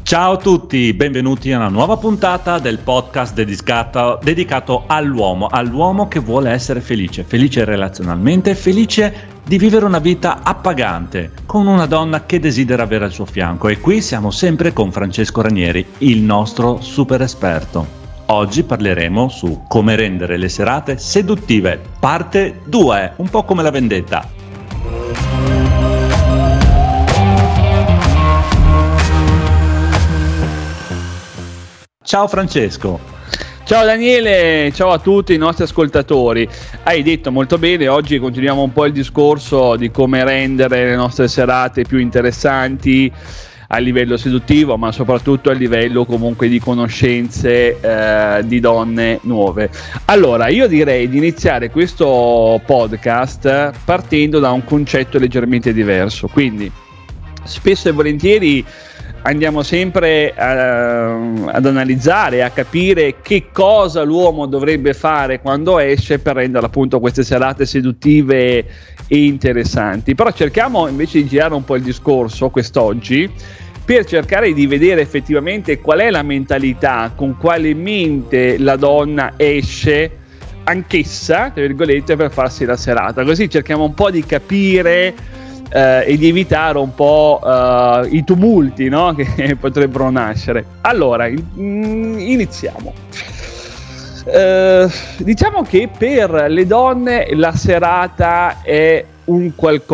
Ciao a tutti, benvenuti a una nuova puntata del podcast dedicato all'uomo che vuole essere felice relazionalmente, felice di vivere una vita appagante, con una donna che desidera avere al suo fianco. E qui siamo sempre con Francesco Ranieri, il nostro super esperto. Oggi parleremo su come rendere le serate seduttive, parte 2, un po' come la vendetta. Ciao Francesco. Ciao Daniele, ciao a tutti i nostri ascoltatori. Hai detto molto bene, oggi continuiamo un po' il discorso di come rendere le nostre serate più interessanti a livello seduttivo, ma soprattutto a livello comunque di conoscenze di donne nuove. Allora, io direi di iniziare questo podcast partendo da un concetto leggermente diverso. Quindi, spesso e volentieri andiamo sempre ad analizzare, a capire che cosa l'uomo dovrebbe fare quando esce per rendere appunto queste serate seduttive e interessanti. Però cerchiamo invece di girare un po' il discorso quest'oggi per cercare di vedere effettivamente qual è la mentalità, con quale mente la donna esce anch'essa, tra virgolette, per farsi la serata. Così cerchiamo un po' di capire e di evitare un po' i tumulti, no? Che potrebbero nascere. Allora, iniziamo. Diciamo che per le donne la serata è un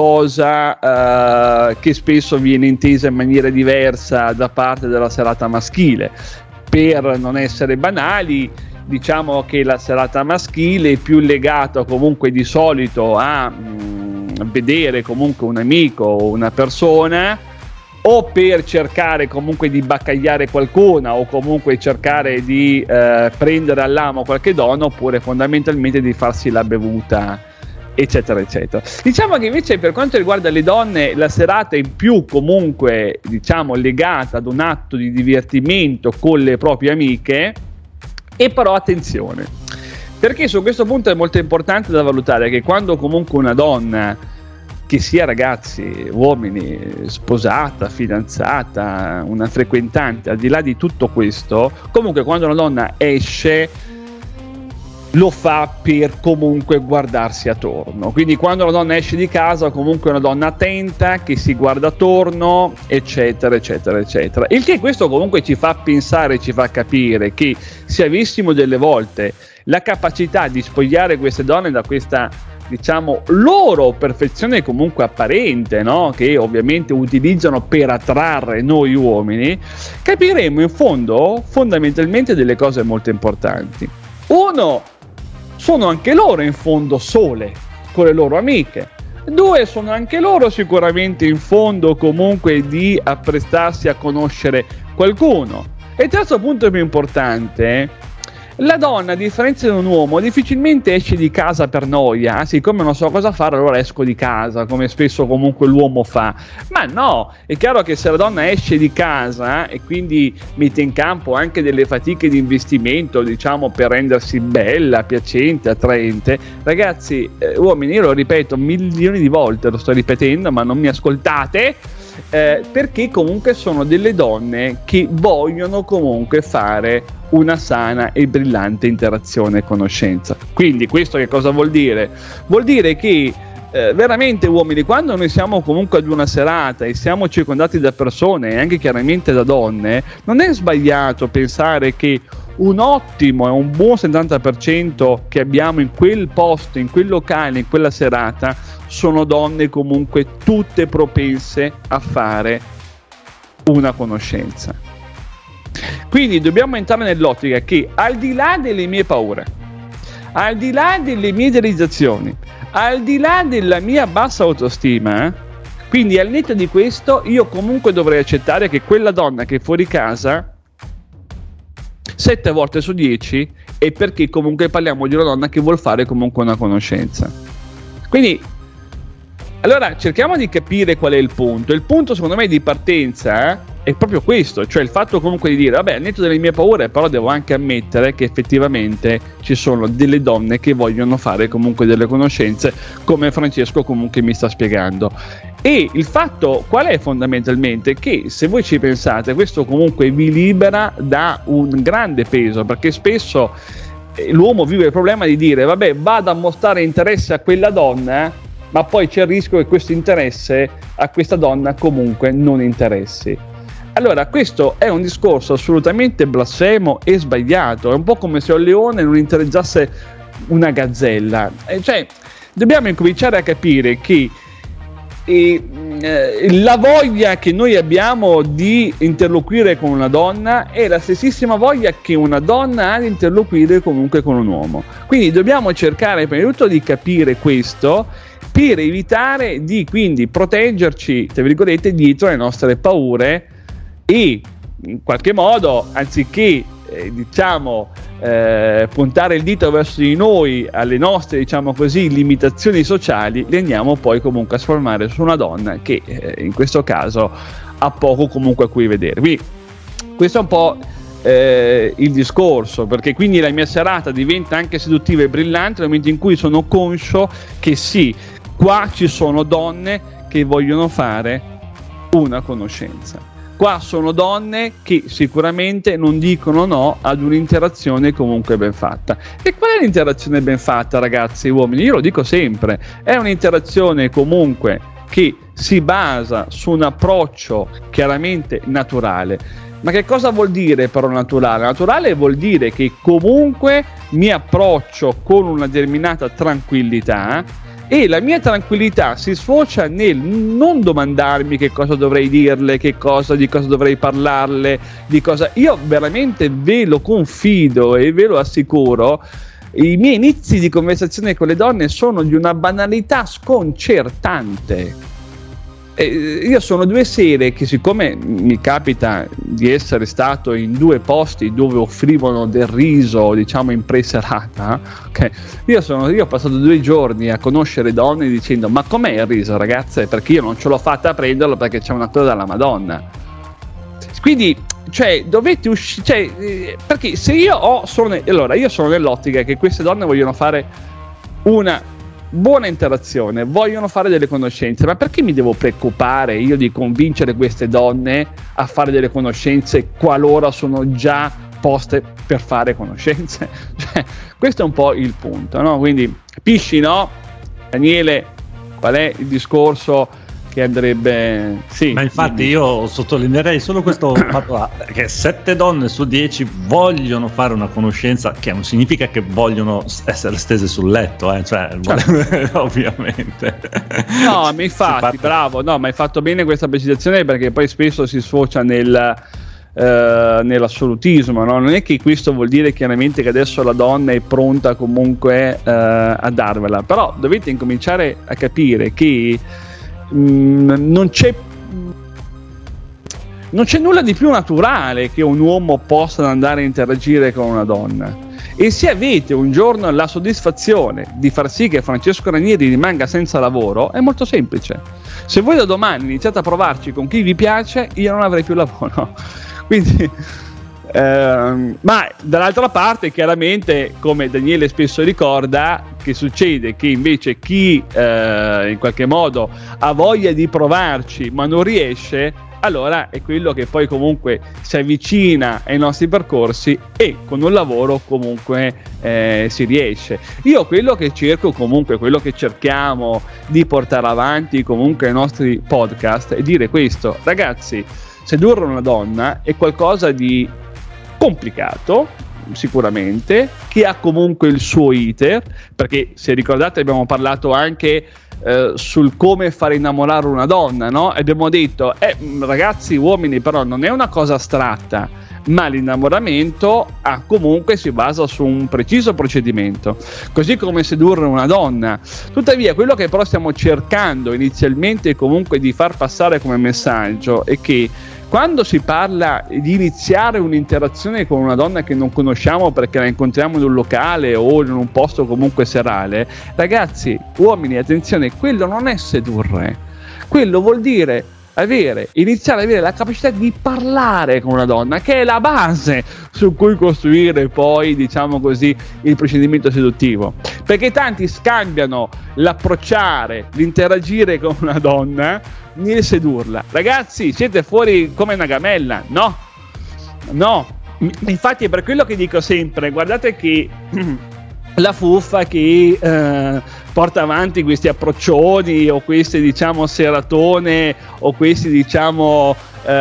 qualcosa che spesso viene intesa in maniera diversa da parte della serata maschile. Per non essere banali, diciamo che la serata maschile è più legata comunque di solito a vedere comunque un amico o una persona, o per cercare comunque di baccagliare qualcuna, o comunque cercare di prendere all'amo qualche donna, oppure fondamentalmente di farsi la bevuta, eccetera eccetera. Diciamo che invece per quanto riguarda le donne la serata è più comunque, diciamo, legata ad un atto di divertimento con le proprie amiche. E però attenzione, perché su questo punto è molto importante da valutare che quando comunque una donna, che sia ragazzi, uomini, sposata, fidanzata, una frequentante, al di là di tutto questo, comunque quando una donna esce lo fa per comunque guardarsi attorno. Quindi quando una donna esce di casa comunque è una donna attenta, che si guarda attorno, eccetera eccetera eccetera. Il che questo comunque ci fa pensare, ci fa capire che se avessimo delle volte la capacità di spogliare queste donne da questa, diciamo, loro perfezione comunque apparente, no? Che ovviamente utilizzano per attrarre noi uomini, capiremo in fondo fondamentalmente delle cose molto importanti. Uno, sono anche loro in fondo sole con le loro amiche. Due, sono anche loro sicuramente in fondo comunque di apprestarsi a conoscere qualcuno. E il terzo punto più importante: la donna, a differenza di un uomo, difficilmente esce di casa per noia. Siccome non so cosa fare, allora esco di casa, come spesso comunque l'uomo fa. Ma no, è chiaro che se la donna esce di casa e quindi mette in campo anche delle fatiche di investimento, diciamo, per rendersi bella, piacente, attraente, ragazzi, uomini, io lo ripeto milioni di volte, lo sto ripetendo, ma non mi ascoltate. Perché comunque sono delle donne che vogliono comunque fare una sana e brillante interazione e conoscenza. Quindi questo che cosa vuol dire? Vuol dire che veramente, uomini, quando noi siamo comunque ad una serata e siamo circondati da persone e anche chiaramente da donne, non è sbagliato pensare che un ottimo e un buon 70% che abbiamo in quel posto, in quel locale, in quella serata, sono donne comunque tutte propense a fare una conoscenza. Quindi dobbiamo entrare nell'ottica che, al di là delle mie paure, al di là delle mie idealizzazioni, al di là della mia bassa autostima, quindi al netto di questo, io comunque dovrei accettare che quella donna che è fuori casa 7 volte su 10 è perché comunque parliamo di una donna che vuol fare comunque una conoscenza. Quindi, allora cerchiamo di capire qual è il punto. Il punto secondo me di partenza è proprio questo, cioè il fatto comunque di dire vabbè, al netto delle mie paure, però devo anche ammettere che effettivamente ci sono delle donne che vogliono fare comunque delle conoscenze, come Francesco comunque mi sta spiegando. E il fatto qual è fondamentalmente? Che se voi ci pensate, questo comunque vi libera da un grande peso, perché spesso l'uomo vive il problema di dire vabbè, vado a mostrare interesse a quella donna, ma poi c'è il rischio che questo interesse a questa donna comunque non interessi. Allora, questo è un discorso assolutamente blasfemo e sbagliato, è un po' come se un leone non interessasse una gazzella. Cioè, dobbiamo incominciare a capire che la voglia che noi abbiamo di interloquire con una donna è la stessissima voglia che una donna ha di interloquire comunque con un uomo. Quindi dobbiamo cercare prima di tutto di capire questo, per evitare di quindi proteggerci, tra virgolette, dietro le nostre paure e in qualche modo, anziché puntare il dito verso di noi, alle nostre, diciamo così, limitazioni sociali, le andiamo poi comunque a sformare su una donna che in questo caso ha poco comunque a cui vedere. Quindi questo è un po' il discorso, perché quindi la mia serata diventa anche seduttiva e brillante nel momento in cui sono conscio che sì, qua ci sono donne che vogliono fare una conoscenza. Qua sono donne che sicuramente non dicono no ad un'interazione comunque ben fatta. E qual è l'interazione ben fatta, ragazzi, uomini? Io lo dico sempre, è un'interazione comunque che si basa su un approccio chiaramente naturale. Ma che cosa vuol dire però naturale? Naturale vuol dire che comunque mi approccio con una determinata tranquillità, e la mia tranquillità si sfocia nel non domandarmi che cosa dovrei dirle, di cosa dovrei parlarle, di cosa. Io veramente ve lo confido e ve lo assicuro, i miei inizi di conversazione con le donne sono di una banalità sconcertante. Io sono 2 sere che, siccome mi capita di essere stato in 2 posti dove offrivano del riso, diciamo in pre-serata, okay? Io ho passato 2 giorni a conoscere donne dicendo ma com'è il riso, ragazze? Perché io non ce l'ho fatta a prenderlo perché c'è una coda dalla Madonna. Quindi, cioè, dovete uscire, cioè, perché se io sono nell'ottica che queste donne vogliono fare una buona interazione, vogliono fare delle conoscenze, ma perché mi devo preoccupare io di convincere queste donne a fare delle conoscenze qualora sono già poste per fare conoscenze? Cioè, questo è un po' il punto, no? Quindi capisci, no? Daniele, qual è il discorso che andrebbe... Sì, ma infatti io sottolineerei solo questo fatto che 7 donne su 10 vogliono fare una conoscenza, che non significa che vogliono essere stese sul letto, cioè ovviamente no, ma infatti bravo, no, ma hai fatto bene questa precisazione, perché poi spesso si sfocia nell'assolutismo, no? Non è che questo vuol dire chiaramente che adesso la donna è pronta comunque a darvela, però dovete incominciare a capire che non c'è nulla di più naturale che un uomo possa andare a interagire con una donna. E se avete un giorno la soddisfazione di far sì che Francesco Ranieri rimanga senza lavoro, è molto semplice. Se voi da domani iniziate a provarci con chi vi piace, io non avrei più lavoro. Quindi ma dall'altra parte, chiaramente, come Daniele spesso ricorda, che succede che invece chi in qualche modo ha voglia di provarci ma non riesce, allora è quello che poi comunque si avvicina ai nostri percorsi e con un lavoro comunque si riesce. Io quello che cerco comunque, quello che cerchiamo di portare avanti comunque ai nostri podcast è dire questo: ragazzi, sedurre una donna è qualcosa di complicato, sicuramente, che ha comunque il suo iter, perché se ricordate abbiamo parlato anche sul come fare innamorare una donna, no? E abbiamo detto ragazzi, uomini, però non è una cosa astratta, ma l'innamoramento comunque si basa su un preciso procedimento, così come sedurre una donna. Tuttavia, quello che però stiamo cercando inizialmente comunque di far passare come messaggio è che quando si parla di iniziare un'interazione con una donna che non conosciamo perché la incontriamo in un locale o in un posto comunque serale, ragazzi, uomini, attenzione, quello non è sedurre, quello vuol dire iniziare ad avere la capacità di parlare con una donna, che è la base su cui costruire poi, diciamo così, il procedimento seduttivo, perché tanti scambiano l'approcciare, l'interagire con una donna nel sedurla. Ragazzi, siete fuori come una gamella. No, infatti è per quello che dico sempre, guardate che la fuffa che porta avanti questi approccioni o queste, diciamo, seratone o questi, diciamo,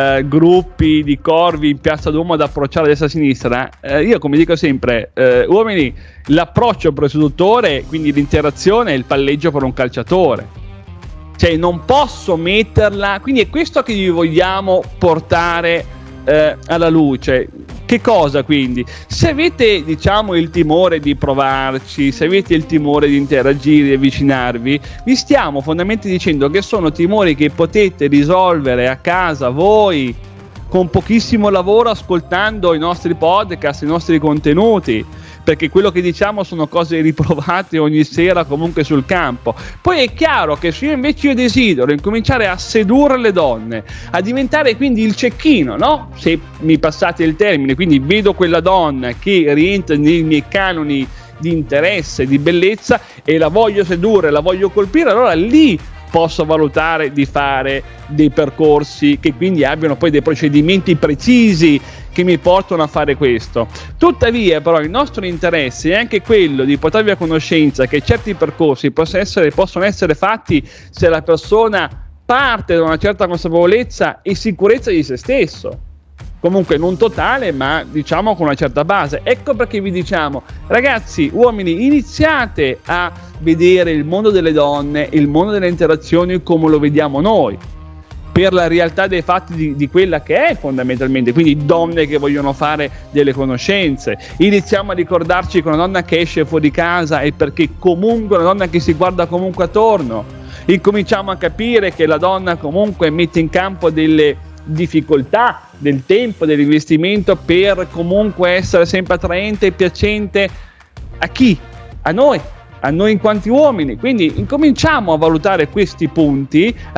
gruppi di corvi in Piazza Duomo ad approcciare a destra e a sinistra, io, come dico sempre, uomini, l'approccio per il seduttore, quindi l'interazione, è il palleggio per un calciatore. Cioè non posso metterla, quindi è questo che vi vogliamo portare alla luce. Che cosa quindi? Se avete, diciamo, il timore di provarci, se avete il timore di interagire, di avvicinarvi, vi stiamo fondamentalmente dicendo che sono timori che potete risolvere a casa voi con pochissimo lavoro, ascoltando i nostri podcast, i nostri contenuti, perché quello che diciamo sono cose riprovate ogni sera comunque sul campo. Poi è chiaro che se io desidero incominciare a sedurre le donne, a diventare quindi il cecchino, no? Se mi passate il termine, quindi vedo quella donna che rientra nei miei canoni di interesse, di bellezza, e la voglio sedurre, la voglio colpire, allora lì posso valutare di fare dei percorsi che quindi abbiano poi dei procedimenti precisi che mi portano a fare questo. Tuttavia però il nostro interesse è anche quello di portarvi a conoscenza che certi percorsi possono essere fatti se la persona parte da una certa consapevolezza e sicurezza di se stesso, comunque non totale, ma diciamo con una certa base. Ecco perché vi diciamo, ragazzi, uomini, iniziate a vedere il mondo delle donne, il mondo delle interazioni come lo vediamo noi, per la realtà dei fatti di quella che è fondamentalmente, quindi donne che vogliono fare delle conoscenze. Iniziamo a ricordarci che una donna che esce fuori casa è perché comunque una donna che si guarda comunque attorno. Incominciamo a capire che la donna comunque mette in campo delle difficoltà, del tempo, dell'investimento per comunque essere sempre attraente e piacente a chi? A noi in quanti uomini. Quindi incominciamo a valutare questi punti, a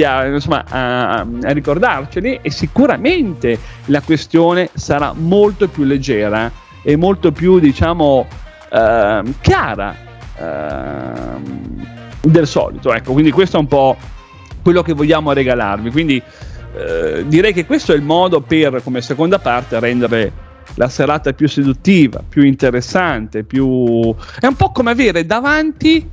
ricordarceli, e sicuramente la questione sarà molto più leggera e molto più, diciamo, chiara del solito. Ecco, quindi questo è un po' quello che vogliamo regalarvi. Quindi direi che questo è il modo per, come seconda parte, rendere la serata più seduttiva, più interessante, è un po' come avere davanti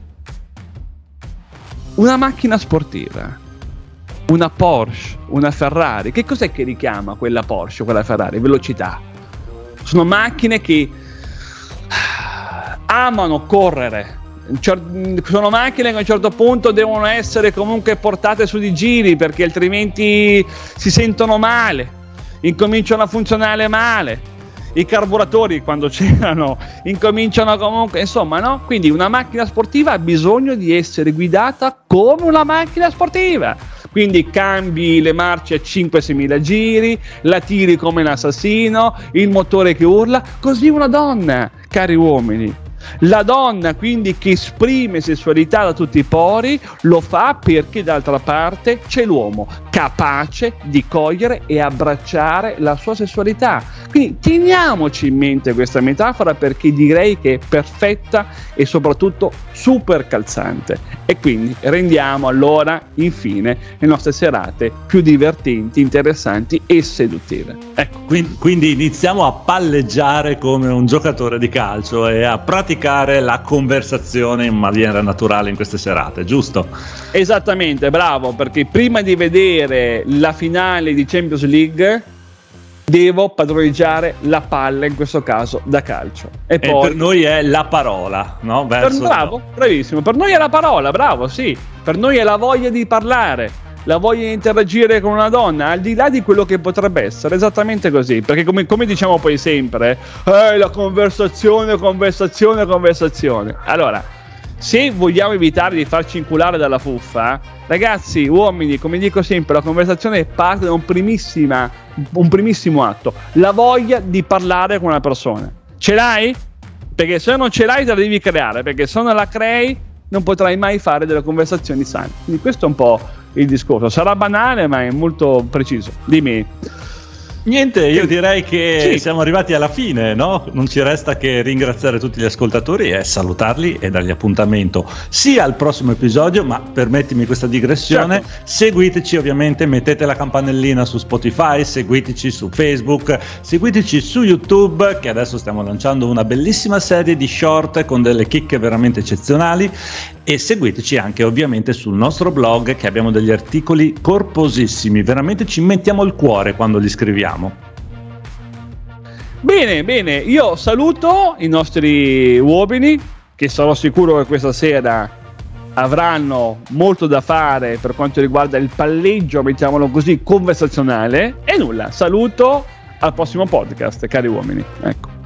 una macchina sportiva, una Porsche, una Ferrari. Che cos'è che richiama quella Porsche, quella Ferrari? Velocità. Sono macchine che amano correre. Sono macchine che a un certo punto devono essere comunque portate su di giri, perché altrimenti si sentono male, incominciano a funzionare male. I carburatori, quando c'erano, incominciano comunque, insomma, no? Quindi una macchina sportiva ha bisogno di essere guidata come una macchina sportiva. Quindi cambi le marce a 5-6 mila giri, la tiri come un assassino, il motore che urla. Così una donna, cari uomini. La donna quindi che esprime sessualità da tutti i pori lo fa perché d'altra parte c'è l'uomo capace di cogliere e abbracciare la sua sessualità. Quindi teniamoci in mente questa metafora, perché direi che è perfetta e soprattutto super calzante. E quindi rendiamo allora infine le nostre serate più divertenti, interessanti e seduttive. Ecco, quindi iniziamo a palleggiare come un giocatore di calcio e a praticare la conversazione in maniera naturale in queste serate, giusto? Esattamente, bravo, perché prima di vedere la finale di Champions League devo padroneggiare la palla, in questo caso da calcio. E poi per noi è la parola, no? Bravo, bravissimo. Per noi è la parola, bravo, sì. Per noi è la voglia di parlare, la voglia di interagire con una donna, al di là di quello che potrebbe essere, esattamente così. Perché come diciamo poi sempre, la conversazione. Allora, se vogliamo evitare di farci inculare dalla fuffa, ragazzi, uomini, come dico sempre, la conversazione parte da un primissimo atto, la voglia di parlare con una persona. Ce l'hai? Perché se non ce l'hai te la devi creare, perché se non la crei non potrai mai fare delle conversazioni sane. Quindi questo è un po' il discorso. Sarà banale, ma è molto preciso. Dimmi. Niente, io direi che siamo arrivati alla fine, no? Non ci resta che ringraziare tutti gli ascoltatori e salutarli e dargli appuntamento sia al prossimo episodio, ma permettimi questa digressione, seguiteci ovviamente, mettete la campanellina su Spotify, seguiteci su Facebook, seguiteci su YouTube, che adesso stiamo lanciando una bellissima serie di short con delle chicche veramente eccezionali, e seguiteci anche ovviamente sul nostro blog, che abbiamo degli articoli corposissimi, veramente ci mettiamo il cuore quando li scriviamo. Bene, io saluto i nostri uomini, che sarò sicuro che questa sera avranno molto da fare per quanto riguarda il palleggio, mettiamolo così, conversazionale, e nulla, saluto al prossimo podcast, cari uomini, ecco.